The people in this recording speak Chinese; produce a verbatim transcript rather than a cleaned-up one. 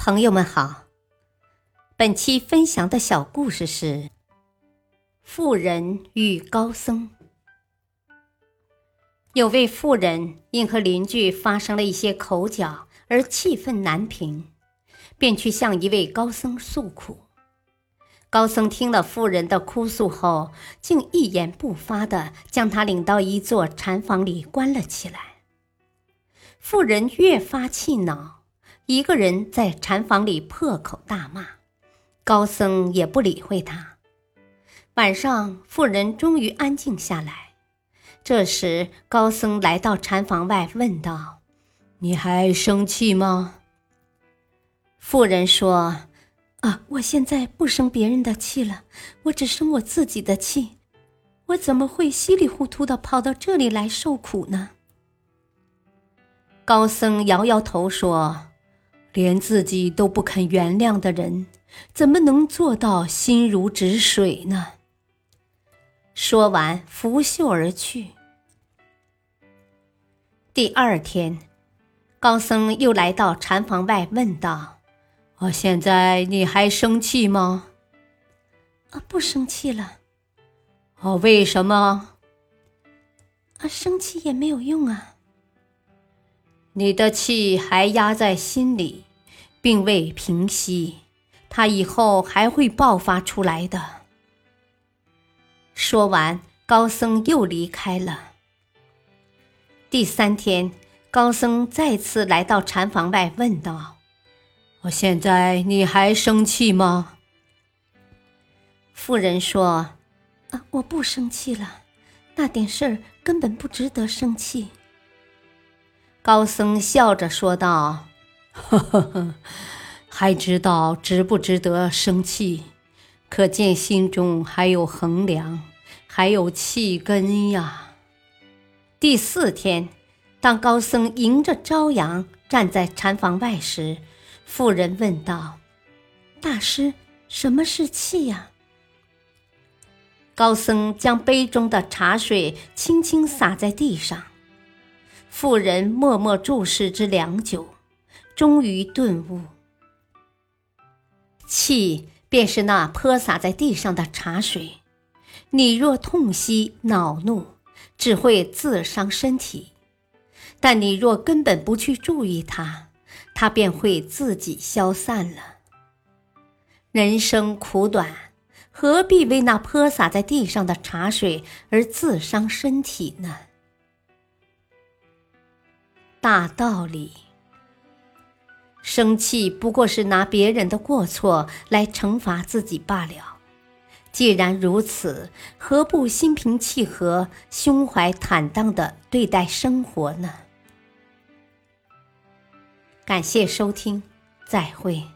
朋友们好，本期分享的小故事是妇人与高僧。有位妇人因和邻居发生了一些口角而气愤难平，便去向一位高僧诉苦。高僧听了妇人的哭诉后，竟一言不发地将她领到一座禅房里关了起来。妇人越发气恼，一个人在禅房里破口大骂，高僧也不理会他。晚上，妇人终于安静下来。这时，高僧来到禅房外问道：“你还生气吗？”妇人说：“啊，我现在不生别人的气了，我只生我自己的气。我怎么会稀里糊涂地跑到这里来受苦呢？”高僧摇摇头说：“连自己都不肯原谅的人，怎么能做到心如止水呢？”说完，拂袖而去。第二天，高僧又来到禅房外问道：“哦，现在你还生气吗？”“啊，不生气了。”“哦，为什么？”“啊，生气也没有用啊。”“你的气还压在心里，并未平息，它以后还会爆发出来的。”说完，高僧又离开了。第三天，高僧再次来到禅房外问道：“哦，现在你还生气吗？”妇人说：“啊，我不生气了，那点事儿根本不值得生气。”高僧笑着说道：“呵呵呵，还知道值不值得生气，可见心中还有衡量，还有气根呀。”第四天，当高僧迎着朝阳站在禅房外时，妇人问道：“大师，什么是气呀？”高僧将杯中的茶水轻轻洒在地上。妇人默默注视之良久，终于顿悟：气便是那泼洒在地上的茶水，你若痛惜恼怒，只会自伤身体；但你若根本不去注意它，它便会自己消散了。人生苦短，何必为那泼洒在地上的茶水而自伤身体呢？大道理，生气不过是拿别人的过错来惩罚自己罢了。既然如此，何不心平气和、胸怀坦荡地对待生活呢？感谢收听，再会。